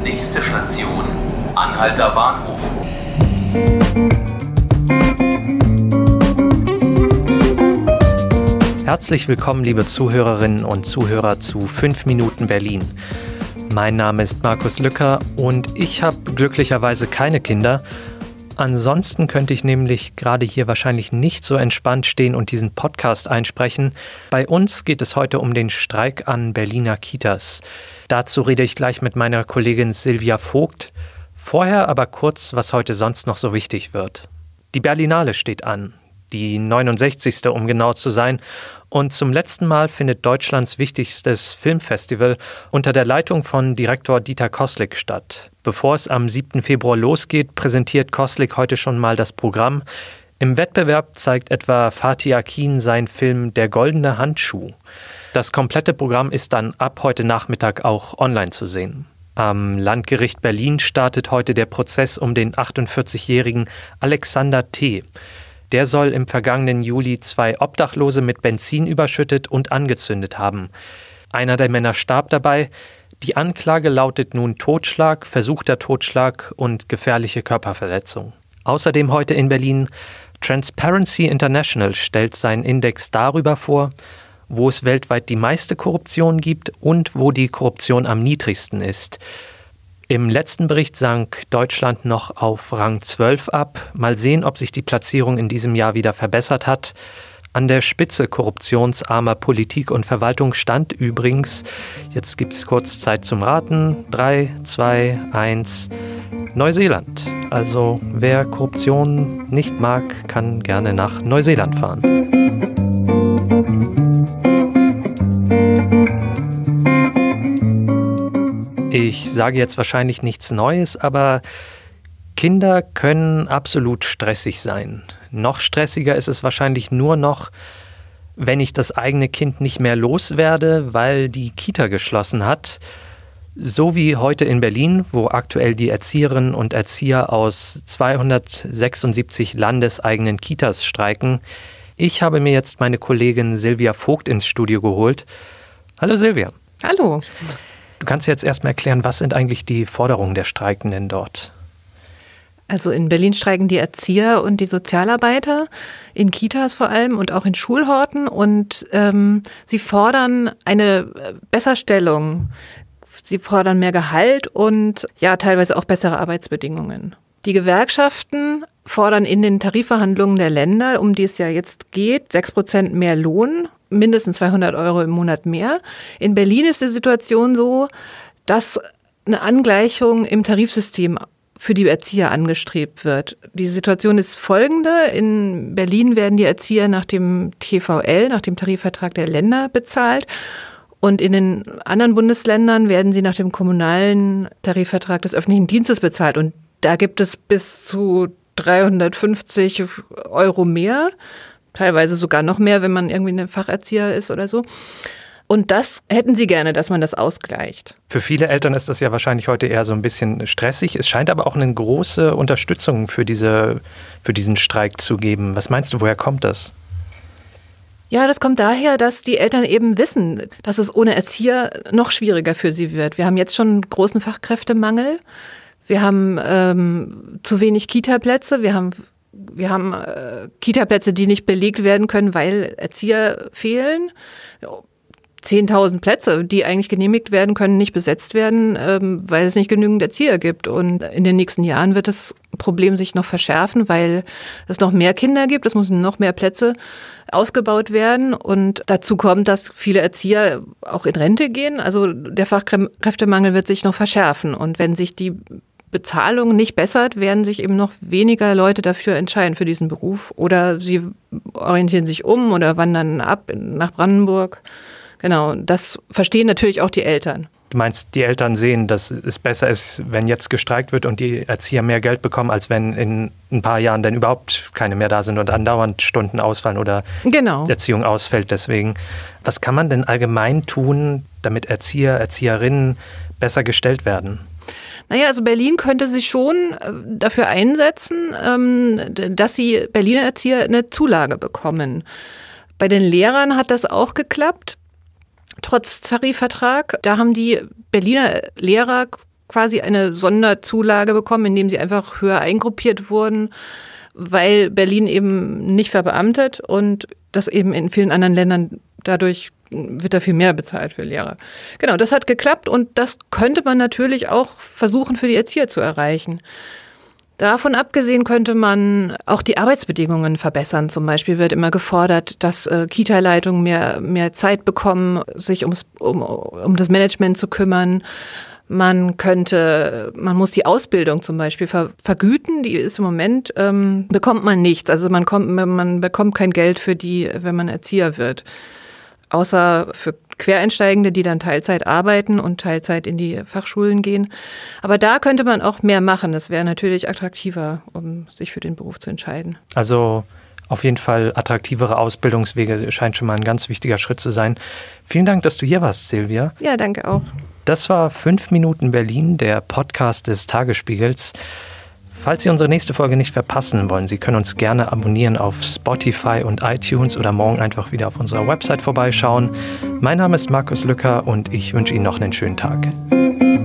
Nächste Station, Anhalter Bahnhof. Herzlich willkommen, liebe Zuhörerinnen und Zuhörer zu 5 Minuten Berlin. Mein Name ist Markus Lücker und ich habe glücklicherweise keine Kinder. Ansonsten könnte ich nämlich gerade hier wahrscheinlich nicht so entspannt stehen und diesen Podcast einsprechen. Bei uns geht es heute um den Streik an Berliner Kitas. Dazu rede ich gleich mit meiner Kollegin Silvia Vogt. Vorher aber kurz, was heute sonst noch so wichtig wird. Die Berlinale steht an, die 69. um genau zu sein. Und zum letzten Mal findet Deutschlands wichtigstes Filmfestival unter der Leitung von Direktor Dieter Koßlik statt. Bevor es am 7. Februar losgeht, präsentiert Koßlik heute schon mal das Programm. Im Wettbewerb zeigt etwa Fatih Akin seinen Film Der goldene Handschuh. Das komplette Programm ist dann ab heute Nachmittag auch online zu sehen. Am Landgericht Berlin startet heute der Prozess um den 48-jährigen Alexander T. Der soll im vergangenen Juli 2 Obdachlose mit Benzin überschüttet und angezündet haben. Einer der Männer starb dabei. Die Anklage lautet nun Totschlag, versuchter Totschlag und gefährliche Körperverletzung. Außerdem heute in Berlin: Transparency International stellt seinen Index darüber vor, wo es weltweit die meiste Korruption gibt und wo die Korruption am niedrigsten ist. Im letzten Bericht sank Deutschland noch auf Rang 12 ab. Mal sehen, ob sich die Platzierung in diesem Jahr wieder verbessert hat. An der Spitze korruptionsarmer Politik und Verwaltung stand übrigens, jetzt gibt es kurz Zeit zum Raten, 3, 2, 1, Neuseeland. Also wer Korruption nicht mag, kann gerne nach Neuseeland fahren. Ich sage jetzt wahrscheinlich nichts Neues, aber Kinder können absolut stressig sein. Noch stressiger ist es wahrscheinlich nur noch, wenn ich das eigene Kind nicht mehr loswerde, weil die Kita geschlossen hat. So wie heute in Berlin, wo aktuell die Erzieherinnen und Erzieher aus 276 landeseigenen Kitas streiken. Ich habe mir jetzt meine Kollegin Silvia Vogt ins Studio geholt. Hallo Silvia. Hallo. Du kannst jetzt erstmal erklären, was sind eigentlich die Forderungen der Streikenden dort? Also in Berlin streiken die Erzieher und die Sozialarbeiter, in Kitas vor allem und auch in Schulhorten. Und sie fordern eine Besserstellung. Sie fordern mehr Gehalt und ja, teilweise auch bessere Arbeitsbedingungen. Die Gewerkschaften fordern in den Tarifverhandlungen der Länder, um die es ja jetzt geht, 6% mehr Lohn, mindestens 200 € im Monat mehr. In Berlin ist die Situation so, dass eine Angleichung im Tarifsystem für die Erzieher angestrebt wird. Die Situation ist folgende: In Berlin werden die Erzieher nach dem TVL, nach dem Tarifvertrag der Länder, bezahlt. Und in den anderen Bundesländern werden sie nach dem kommunalen Tarifvertrag des öffentlichen Dienstes bezahlt. Und da gibt es bis zu 350 € mehr, teilweise sogar noch mehr, wenn man irgendwie ein Facherzieher ist oder so. Und das hätten sie gerne, dass man das ausgleicht. Für viele Eltern ist das ja wahrscheinlich heute eher so ein bisschen stressig. Es scheint aber auch eine große Unterstützung für diesen Streik zu geben. Was meinst du, woher kommt das? Ja, das kommt daher, dass die Eltern eben wissen, dass es ohne Erzieher noch schwieriger für sie wird. Wir haben jetzt schon einen großen Fachkräftemangel. Wir haben zu wenig Kitaplätze. Wir haben Kitaplätze, die nicht belegt werden können, weil Erzieher fehlen. 10.000 Plätze, die eigentlich genehmigt werden können, nicht besetzt werden, weil es nicht genügend Erzieher gibt. Und in den nächsten Jahren wird das Problem sich noch verschärfen, weil es noch mehr Kinder gibt. Es müssen noch mehr Plätze ausgebaut werden. Und dazu kommt, dass viele Erzieher auch in Rente gehen. Also der Fachkräftemangel wird sich noch verschärfen. Und wenn sich die Bezahlung nicht bessert, werden sich eben noch weniger Leute dafür entscheiden für diesen Beruf. Oder sie orientieren sich um oder wandern ab nach Brandenburg. Genau, das verstehen natürlich auch die Eltern. Du meinst, die Eltern sehen, dass es besser ist, wenn jetzt gestreikt wird und die Erzieher mehr Geld bekommen, als wenn in ein paar Jahren dann überhaupt keine mehr da sind und andauernd Stunden ausfallen oder die Erziehung ausfällt deswegen. Was kann man denn allgemein tun, damit Erzieher, Erzieherinnen besser gestellt werden? Naja, also Berlin könnte sich schon dafür einsetzen, dass die Berliner Erzieher eine Zulage bekommen. Bei den Lehrern hat das auch geklappt. Trotz Tarifvertrag, da haben die Berliner Lehrer quasi eine Sonderzulage bekommen, indem sie einfach höher eingruppiert wurden, weil Berlin eben nicht verbeamtet und das eben in vielen anderen Ländern dadurch wird da viel mehr bezahlt für Lehrer. Genau, das hat geklappt und das könnte man natürlich auch versuchen für die Erzieher zu erreichen. Davon abgesehen könnte man auch die Arbeitsbedingungen verbessern. Zum Beispiel wird immer gefordert, dass Kita-Leitungen mehr Zeit bekommen, sich um das Management zu kümmern. Man muss die Ausbildung zum Beispiel vergüten. Die ist im Moment, bekommt man nichts. Also man bekommt kein Geld für die, wenn man Erzieher wird. Außer für Quereinsteigende, die dann Teilzeit arbeiten und Teilzeit in die Fachschulen gehen. Aber da könnte man auch mehr machen. Das wäre natürlich attraktiver, um sich für den Beruf zu entscheiden. Also auf jeden Fall attraktivere Ausbildungswege scheint schon mal ein ganz wichtiger Schritt zu sein. Vielen Dank, dass du hier warst, Silvia. Ja, danke auch. Das war 5 Minuten Berlin, der Podcast des Tagesspiegels. Falls Sie unsere nächste Folge nicht verpassen wollen, Sie können uns gerne abonnieren auf Spotify und iTunes oder morgen einfach wieder auf unserer Website vorbeischauen. Mein Name ist Markus Lücker und ich wünsche Ihnen noch einen schönen Tag.